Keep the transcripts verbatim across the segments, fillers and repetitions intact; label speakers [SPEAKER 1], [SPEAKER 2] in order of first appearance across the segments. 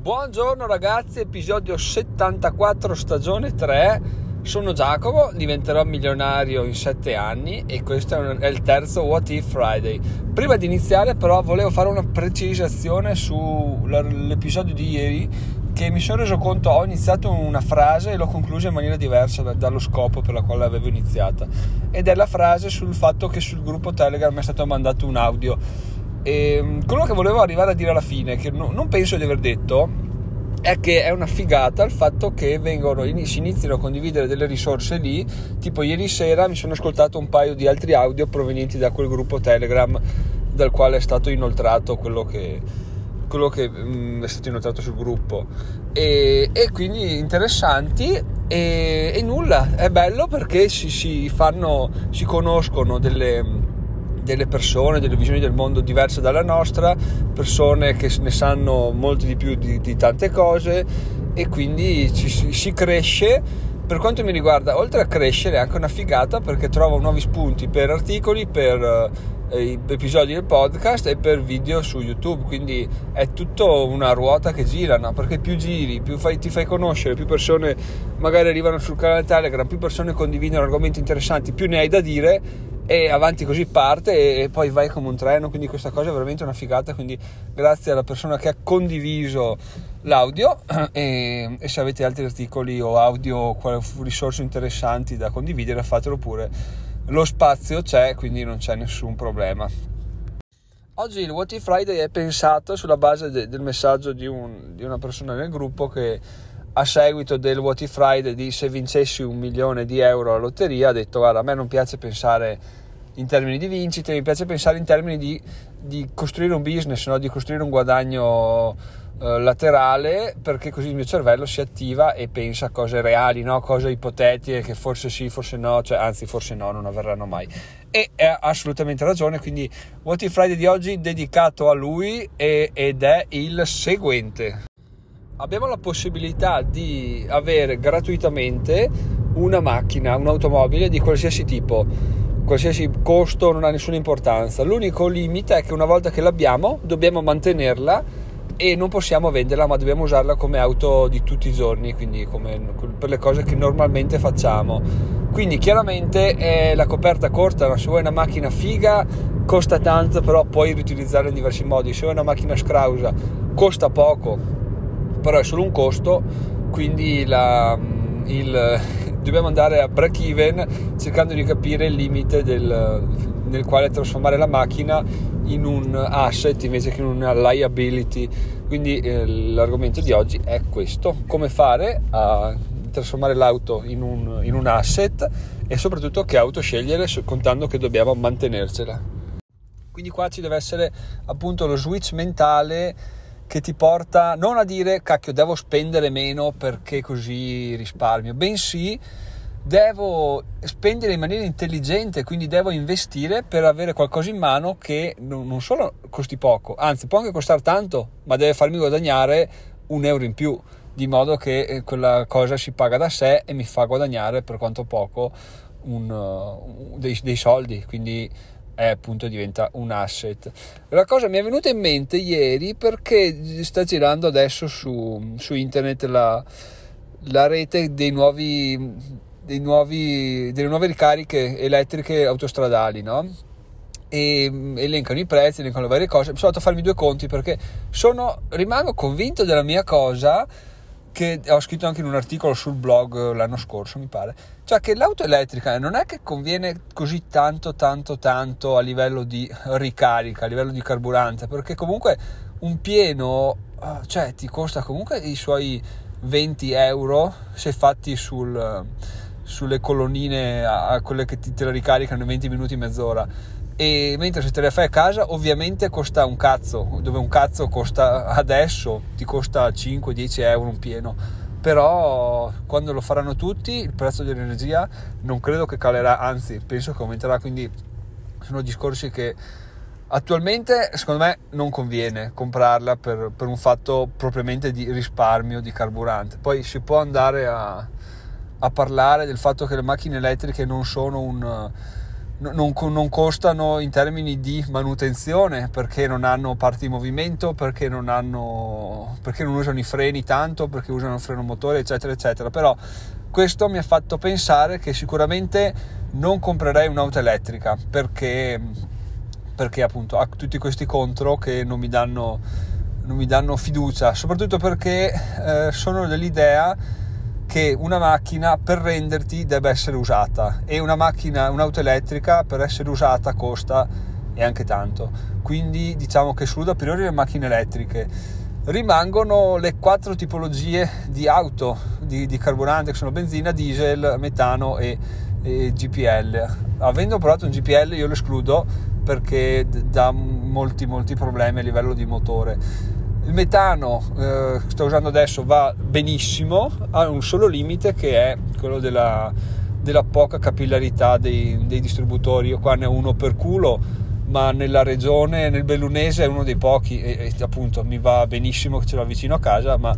[SPEAKER 1] Buongiorno ragazzi, episodio settantaquattro, stagione tre. Sono Giacomo, diventerò milionario in sette anni e questo è il terzo What If Friday. Prima di iniziare però volevo fare una precisazione sull'episodio di ieri, che mi sono reso conto, ho iniziato una frase e l'ho conclusa in maniera diversa dallo scopo per la quale l'avevo iniziata, ed è la frase sul fatto che sul gruppo Telegram è stato mandato un audio. E quello che volevo arrivare a dire alla fine, che no, non penso di aver detto, è che è una figata il fatto che vengono, si iniziano a condividere delle risorse lì. Tipo ieri sera mi sono ascoltato un paio di altri audio provenienti da quel gruppo Telegram dal quale è stato inoltrato quello che, quello che mh, è stato inoltrato sul gruppo, e, e quindi interessanti. E, e nulla, è bello perché si, si fanno, si conoscono delle delle persone, delle visioni del mondo diverse dalla nostra, persone che ne sanno molto di più di, di tante cose, e quindi ci, si cresce. Per quanto mi riguarda, oltre a crescere, è anche una figata perché trovo nuovi spunti per articoli, per eh, episodi del podcast e per video su YouTube, quindi è tutto una ruota che gira, no? Perché più giri, più fai, ti fai conoscere, più persone magari arrivano sul canale Telegram, più persone condividono argomenti interessanti, più ne hai da dire, e avanti così parte e poi vai come un treno. Quindi questa cosa è veramente una figata, quindi grazie alla persona che ha condiviso l'audio e, e se avete altri articoli o audio o risorse interessanti da condividere, fatelo pure, lo spazio c'è, quindi non c'è nessun problema. Oggi il What If Friday è pensato sulla base de, del messaggio di, un, di una persona nel gruppo che, a seguito del What If Friday, di se vincessi un milione di euro alla lotteria, ha detto: guarda, a me non piace pensare in termini di vincite, mi piace pensare in termini di, di costruire un business, no? Di costruire un guadagno eh, laterale, perché così il mio cervello si attiva e pensa a cose reali, no? Cose ipotetiche che forse sì, forse no, cioè anzi forse no, non avverranno mai. E ha assolutamente ragione, quindi What If Friday di oggi dedicato a lui e, ed è il seguente. Abbiamo la possibilità di avere gratuitamente una macchina, un'automobile di qualsiasi tipo, qualsiasi costo, non ha nessuna importanza. L'unico limite è che una volta che l'abbiamo dobbiamo mantenerla e non possiamo venderla, ma dobbiamo usarla come auto di tutti i giorni, quindi come per le cose che normalmente facciamo. Quindi chiaramente è la coperta corta, no? Se vuoi una macchina figa costa tanto, però puoi riutilizzarla in diversi modi. Se vuoi una macchina scrausa costa poco, però è solo un costo, quindi la, il, dobbiamo andare a break even cercando di capire il limite del, nel quale trasformare la macchina in un asset invece che in una liability. Quindi eh, l'argomento di oggi è questo: come fare a trasformare l'auto in un, in un asset, e soprattutto che auto scegliere, contando che dobbiamo mantenercela. Quindi qua ci deve essere appunto lo switch mentale che ti porta non a dire cacchio devo spendere meno perché così risparmio, bensì devo spendere in maniera intelligente, quindi devo investire per avere qualcosa in mano che non solo costi poco, anzi può anche costare tanto, ma deve farmi guadagnare un euro in più, di modo che quella cosa si paga da sé e mi fa guadagnare, per quanto poco, un, uh, dei, dei soldi, quindi è appunto diventa un asset. La cosa mi è venuta in mente ieri perché sta girando adesso su, su internet la, la rete dei nuovi, dei nuovi delle nuove ricariche elettriche autostradali, no? E elencano i prezzi, elencano le varie cose. Sono andato a farmi due conti perché sono rimango convinto della mia cosa, che ho scritto anche in un articolo sul blog l'anno scorso, mi pare, cioè che l'auto elettrica non è che conviene così tanto tanto tanto a livello di ricarica, a livello di carburante, perché comunque un pieno, cioè ti costa comunque i suoi venti euro se fatti sul, sulle colonnine, a quelle che ti, te la ricaricano in venti minuti, mezz'ora. E mentre se te le fai a casa ovviamente costa un cazzo, dove un cazzo costa adesso ti costa cinque dieci euro un pieno, però quando lo faranno tutti il prezzo dell'energia non credo che calerà, anzi penso che aumenterà. Quindi sono discorsi che attualmente secondo me non conviene comprarla per, per un fatto propriamente di risparmio di carburante. Poi si può andare a, a parlare del fatto che le macchine elettriche non sono un non, non costano in termini di manutenzione, perché non hanno parti di movimento, perché non hanno perché non usano i freni tanto, perché usano il freno motore, eccetera eccetera. Però questo mi ha fatto pensare che sicuramente non comprerei un'auto elettrica, perché perché appunto ha tutti questi contro che non mi danno non mi danno fiducia, soprattutto perché eh, sono dell'idea che una macchina per renderti deve essere usata, e una macchina, un'auto elettrica per essere usata costa e anche tanto, quindi diciamo che escludo a priori le macchine elettriche. Rimangono le quattro tipologie di auto di, di carburante, che sono benzina, diesel, metano e, e G P L. Avendo provato un G P L io lo escludo perché dà molti molti problemi a livello di motore. Il metano eh, che sto usando adesso va benissimo, ha un solo limite, che è quello della, della poca capillarità dei, dei distributori. Io qua ne ho uno per culo, ma nella regione, nel bellunese, è uno dei pochi, e, e appunto mi va benissimo che ce l'ho vicino a casa, ma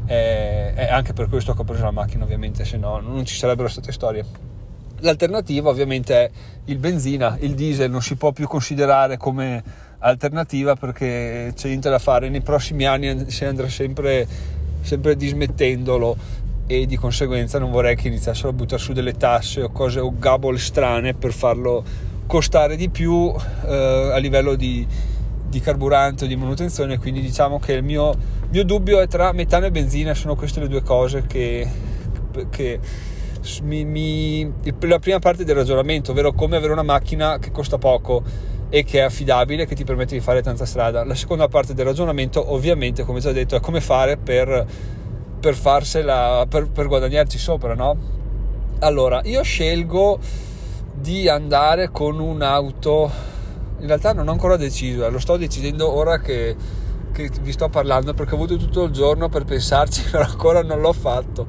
[SPEAKER 1] è, è anche per questo che ho preso la macchina, ovviamente, se no non ci sarebbero state storie. L'alternativa ovviamente è il benzina. Il diesel non si può più considerare come alternativa, perché c'è niente da fare, nei prossimi anni si andrà sempre, sempre dismettendolo, e di conseguenza non vorrei che iniziassero a buttare su delle tasse o cose o gabole strane per farlo costare di più eh, a livello di, di carburante o di manutenzione. Quindi diciamo che il mio, mio dubbio è tra metano e benzina. Sono queste le due cose che, che mi, mi, la prima parte del ragionamento, ovvero come avere una macchina che costa poco e che è affidabile, che ti permette di fare tanta strada. La seconda parte del ragionamento, ovviamente, come già detto, è come fare per, per farsela, per, per guadagnarci sopra, no? Allora, io scelgo di andare con un'auto, in realtà non ho ancora deciso, eh, lo sto decidendo ora che, che vi sto parlando, perché ho avuto tutto il giorno per pensarci, però ancora non l'ho fatto.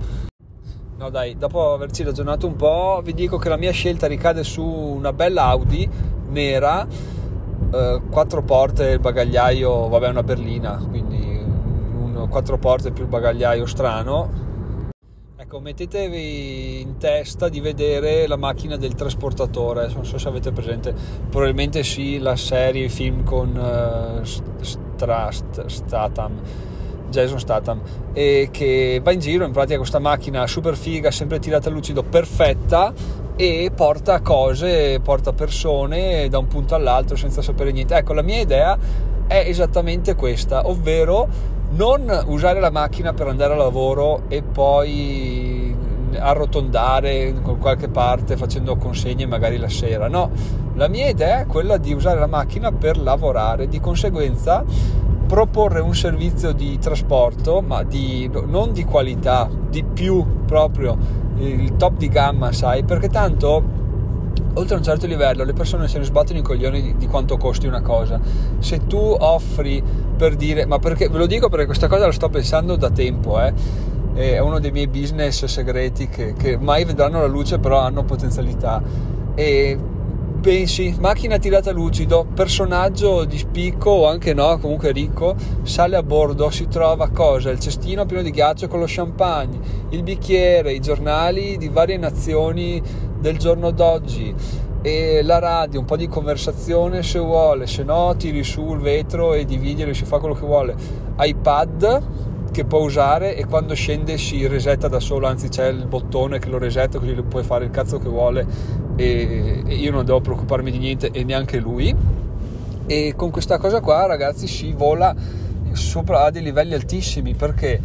[SPEAKER 1] No dai, dopo averci ragionato un po', vi dico che la mia scelta ricade su una bella Audi nera, eh, quattro porte, il bagagliaio, vabbè, una berlina, quindi un, quattro porte più il bagagliaio strano. Ecco, mettetevi in testa di vedere la macchina del trasportatore, non so se avete presente, probabilmente sì, la serie, i film con uh, Stra, Statham, Jason Statham, e che va in giro in pratica questa macchina super figa, sempre tirata a lucido, perfetta, e porta cose, porta persone da un punto all'altro senza sapere niente. Ecco, la mia idea è esattamente questa, ovvero non usare la macchina per andare a lavoro e poi arrotondare con qualche parte facendo consegne magari la sera. No, la mia idea è quella di usare la macchina per lavorare, di conseguenza proporre un servizio di trasporto, ma di, non di qualità, di più, proprio il top di gamma, sai, perché tanto oltre a un certo livello le persone se ne sbattono i coglioni di, di quanto costi una cosa. Se tu offri, per dire, ma perché ve lo dico, perché questa cosa la sto pensando da tempo, eh è uno dei miei business segreti che, che mai vedranno la luce, però hanno potenzialità. E pensi, macchina tirata lucido, personaggio di spicco o anche no, comunque ricco, sale a bordo, si trova cosa? Il cestino pieno di ghiaccio con lo champagne, il bicchiere, i giornali di varie nazioni del giorno d'oggi, e la radio, un po' di conversazione se vuole, se no tiri su il vetro e dividi e si fa quello che vuole, iPad che può usare e quando scende si resetta da solo, anzi c'è il bottone che lo resetta, così lui puoi fare il cazzo che vuole e, e io non devo preoccuparmi di niente e neanche lui. E con questa cosa qua, ragazzi, si vola sopra a dei livelli altissimi. Perché?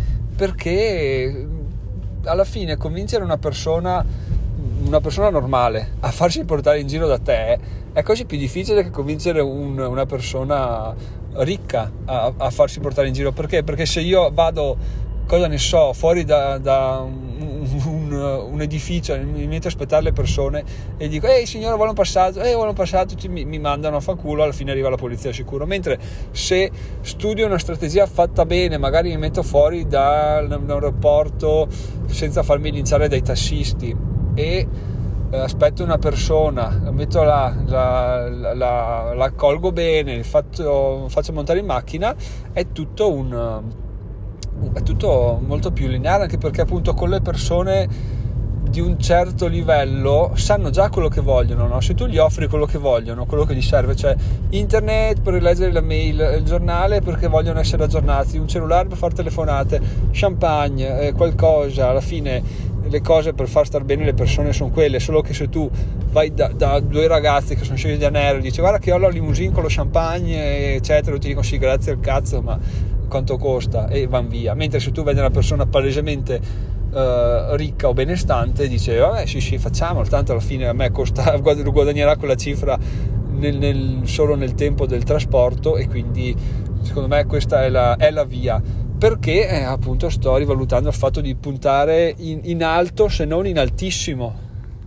[SPEAKER 1] Perché alla fine convincere una persona una persona normale a farsi portare in giro da te è quasi più difficile che convincere un, una persona ricca a, a farsi portare in giro. Perché? Perché se io vado, cosa ne so, fuori da, da un, un, un edificio, mi metto a aspettare le persone e dico ehi signore vuole un passaggio, ehi vuole un passaggio, mi, mi mandano a fanculo, alla fine arriva la polizia sicuro. Mentre se studio una strategia fatta bene, magari mi metto fuori da, da un aeroporto senza farmi linciare dai tassisti e eh, aspetto una persona, la metto là, la, la, la, la accolgo bene, faccio, faccio montare in macchina, è tutto un è tutto molto più lineare, anche perché appunto con le persone di un certo livello sanno già quello che vogliono, no? Se tu gli offri quello che vogliono, quello che gli serve, cioè internet per leggere la mail, il giornale perché vogliono essere aggiornati, un cellulare per fare telefonate, champagne, eh, qualcosa, alla fine le cose per far star bene le persone sono quelle, solo che se tu vai da, da due ragazzi che sono scesi di Anello e dici guarda che ho la limousine con lo champagne eccetera, ti dicono sì grazie al cazzo ma quanto costa, e van via. Mentre se tu vedi una persona palesemente Uh, ricca o benestante, dice vabbè sì sì facciamolo, tanto alla fine a me costa, guadagnerà quella cifra nel, nel, solo nel tempo del trasporto, e quindi secondo me questa è la, è la via, perché eh, appunto sto rivalutando il fatto di puntare in, in alto se non in altissimo,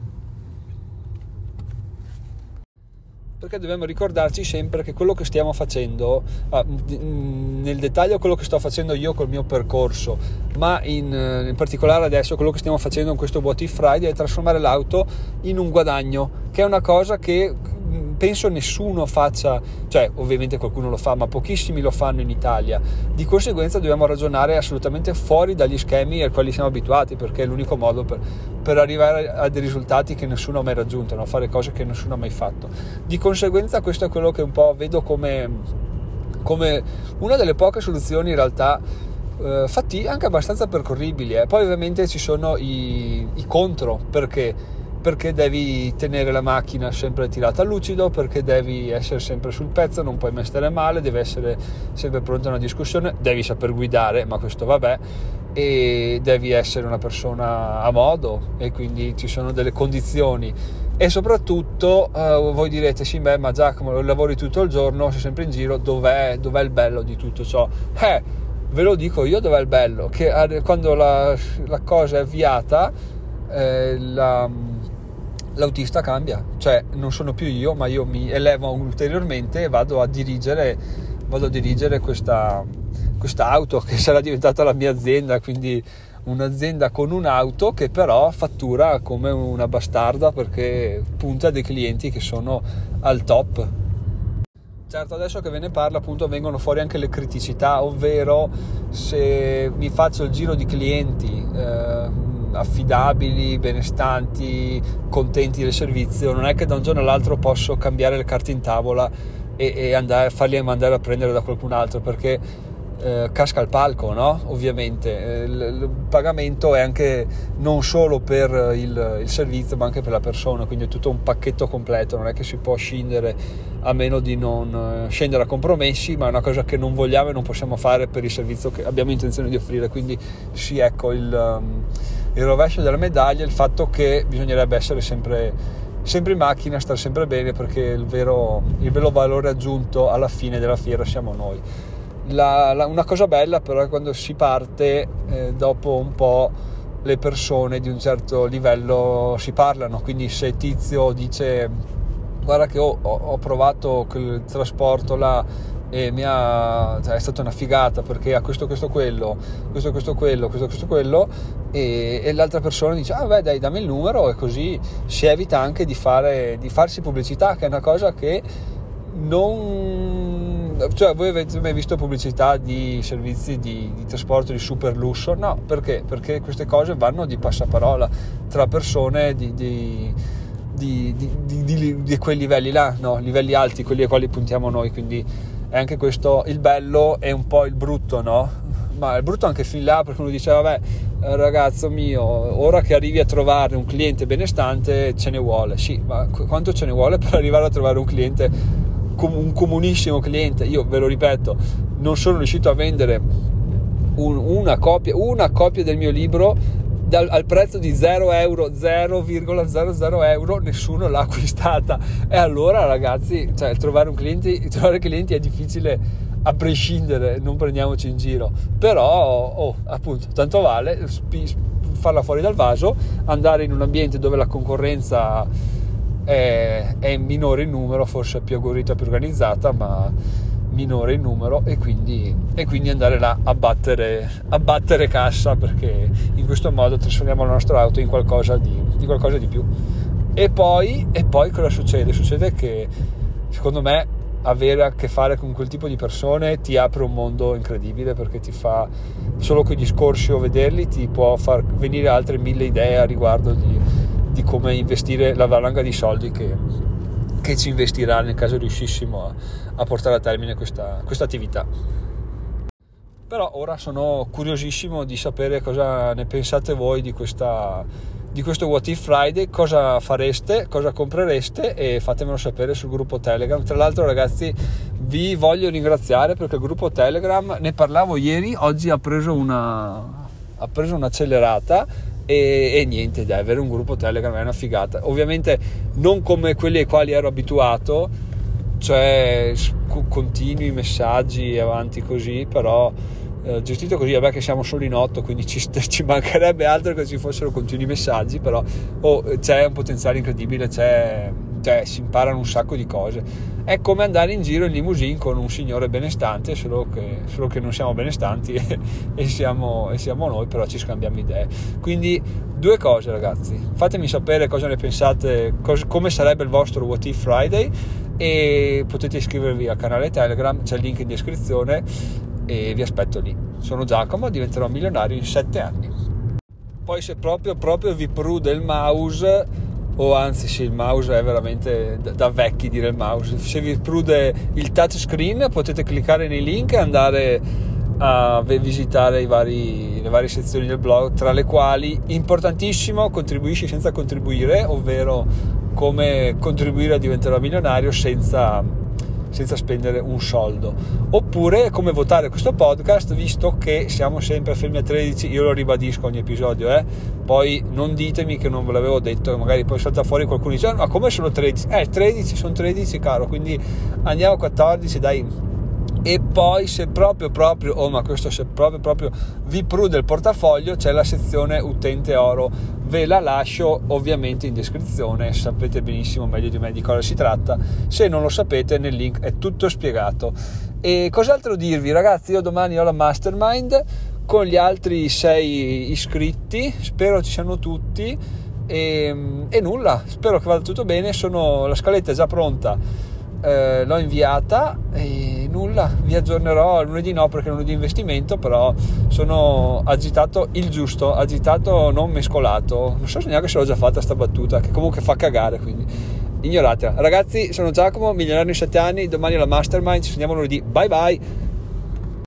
[SPEAKER 1] perché dobbiamo ricordarci sempre che quello che stiamo facendo, ah, nel dettaglio quello che sto facendo io col mio percorso, ma in, in particolare adesso quello che stiamo facendo in questo What If Friday è trasformare l'auto in un guadagno, che è una cosa che penso nessuno faccia, cioè ovviamente qualcuno lo fa ma pochissimi lo fanno in Italia. Di conseguenza dobbiamo ragionare assolutamente fuori dagli schemi ai quali siamo abituati, perché è l'unico modo per, per arrivare a dei risultati che nessuno ha mai raggiunto, no? Fare cose che nessuno ha mai fatto. Di conseguenza questo è quello che un po' vedo come, come una delle poche soluzioni in realtà eh, fatti anche abbastanza percorribili, eh. Poi ovviamente ci sono i, i contro, perché perché devi tenere la macchina sempre tirata a lucido, perché devi essere sempre sul pezzo, non puoi mai stare male, devi essere sempre pronto a una discussione, devi saper guidare, ma questo vabbè, e devi essere una persona a modo, e quindi ci sono delle condizioni. E soprattutto eh, voi direte sì beh ma Giacomo lavori tutto il giorno, sei sempre in giro, dov'è, dov'è il bello di tutto ciò? Eh, ve lo dico io dov'è il bello, che quando la, la cosa è avviata eh, la l'autista cambia, cioè non sono più io, ma io mi elevo ulteriormente e vado a dirigere vado a dirigere questa questa auto che sarà diventata la mia azienda, quindi un'azienda con un'auto che però fattura come una bastarda, perché punta a dei clienti che sono al top. Certo, adesso che ve ne parlo appunto vengono fuori anche le criticità, ovvero se mi faccio il giro di clienti eh, affidabili, benestanti, contenti del servizio, non è che da un giorno all'altro posso cambiare le carte in tavola e, e andare, farli mandare a prendere da qualcun altro, perché eh, casca il palco, no? Ovviamente eh, il, il pagamento è anche non solo per il, il servizio ma anche per la persona, quindi è tutto un pacchetto completo, non è che si può scendere a meno di non eh, scendere a compromessi, ma è una cosa che non vogliamo e non possiamo fare per il servizio che abbiamo intenzione di offrire. Quindi sì, ecco il, um, il rovescio della medaglia, il fatto che bisognerebbe essere sempre sempre in macchina, stare sempre bene, perché il vero, il vero valore aggiunto alla fine della fiera siamo noi. La, la, una cosa bella però è quando si parte, eh, dopo un po' le persone di un certo livello si parlano, quindi se Tizio dice guarda che ho, ho, ho provato quel trasporto là e mi ha, cioè, è stata una figata perché ha questo questo quello questo questo quello questo questo quello e, e l'altra persona dice ah beh dai dammi il numero, e così si evita anche di fare di farsi pubblicità, che è una cosa che non, cioè voi avete mai visto pubblicità di servizi di, di trasporto di super lusso? No, perché? Perché queste cose vanno di passaparola tra persone di, di, di, di, di, di, di quei livelli là, no, livelli alti, quelli ai quali puntiamo noi, quindi è anche questo il bello e un po' il brutto, no? Ma il brutto anche fin là, perché uno dice vabbè ragazzo mio, ora che arrivi a trovare un cliente benestante ce ne vuole, sì, ma quanto ce ne vuole per arrivare a trovare un cliente, un comunissimo cliente? Io ve lo ripeto, non sono riuscito a vendere un, una copia una copia del mio libro dal, al prezzo di zero euro, zero virgola zero zero euro, nessuno l'ha acquistata. E allora ragazzi, cioè trovare un cliente, trovare clienti è difficile a prescindere, non prendiamoci in giro, però oh, appunto tanto vale sp- farla fuori dal vaso, andare in un ambiente dove la concorrenza è, è minore in numero, forse più agguerrita, più organizzata, ma minore in numero, e quindi, e quindi andare là a battere, a battere cassa, perché in questo modo trasformiamo la nostra auto in qualcosa di, di qualcosa di più. E poi, e poi cosa succede? Succede che secondo me avere a che fare con quel tipo di persone ti apre un mondo incredibile, perché ti fa, solo con gli discorsi o vederli, ti può far venire altre mille idee a riguardo di, di come investire la valanga di soldi che, che ci investirà nel caso riuscissimo a, a portare a termine questa, questa attività. Però ora sono curiosissimo di sapere cosa ne pensate voi di questa di questo What If Friday, cosa fareste, cosa comprereste, e fatemelo sapere sul gruppo Telegram. Tra l'altro, ragazzi, vi voglio ringraziare perché il gruppo Telegram, ne parlavo ieri, oggi ha preso una ha preso un'accelerata e, e niente, dai, avere un gruppo Telegram è una figata. Ovviamente non come quelli ai quali ero abituato, cioè continui messaggi avanti così, però eh, gestito così, vabbè che siamo solo in otto, quindi ci, ci mancherebbe altro che ci fossero continui messaggi, però oh, c'è un potenziale incredibile, c'è, cioè, si imparano un sacco di cose. È come andare in giro in limousine con un signore benestante, solo che, solo che non siamo benestanti e, e, siamo, e siamo noi, però ci scambiamo idee. Quindi due cose, ragazzi, fatemi sapere cosa ne pensate, cos- come sarebbe il vostro What If Friday, e potete iscrivervi al canale Telegram, c'è il link in descrizione, e vi aspetto lì. Sono Giacomo, diventerò milionario in sette anni. Poi se proprio proprio vi prude il mouse, o anzi sì, il mouse è veramente da, da vecchi dire il mouse, se vi prude il touchscreen potete cliccare nei link e andare a visitare i vari, le varie sezioni del blog, tra le quali, importantissimo, contribuisci senza contribuire, ovvero come contribuire a diventare milionario senza, senza spendere un soldo, oppure come votare questo podcast, visto che siamo sempre fermi a tredici. Io lo ribadisco ogni episodio, eh? Poi non ditemi che non ve l'avevo detto, magari poi salta fuori qualcuno e dice ma come sono tredici? Eh, tredici sono tredici, caro, quindi andiamo a quattordici, dai. E poi se proprio proprio oh ma questo se proprio proprio vi prude il portafoglio, c'è la sezione utente oro, ve la lascio ovviamente in descrizione, sapete benissimo meglio di me di cosa si tratta. Se non lo sapete, nel link è tutto spiegato. E cos'altro dirvi, ragazzi? Io domani ho la mastermind con gli altri sei iscritti, spero ci siano tutti, e, e nulla, spero che vada tutto bene. Sono, la scaletta è già pronta, Eh, l'ho inviata e nulla, vi aggiornerò lunedì, no perché è lunedì investimento, però sono agitato il giusto, agitato non mescolato, non so neanche se l'ho già fatta sta battuta, che comunque fa cagare, quindi ignoratela. Ragazzi, sono Giacomo, milionario in sette anni, domani alla mastermind, ci sentiamo lunedì, bye bye.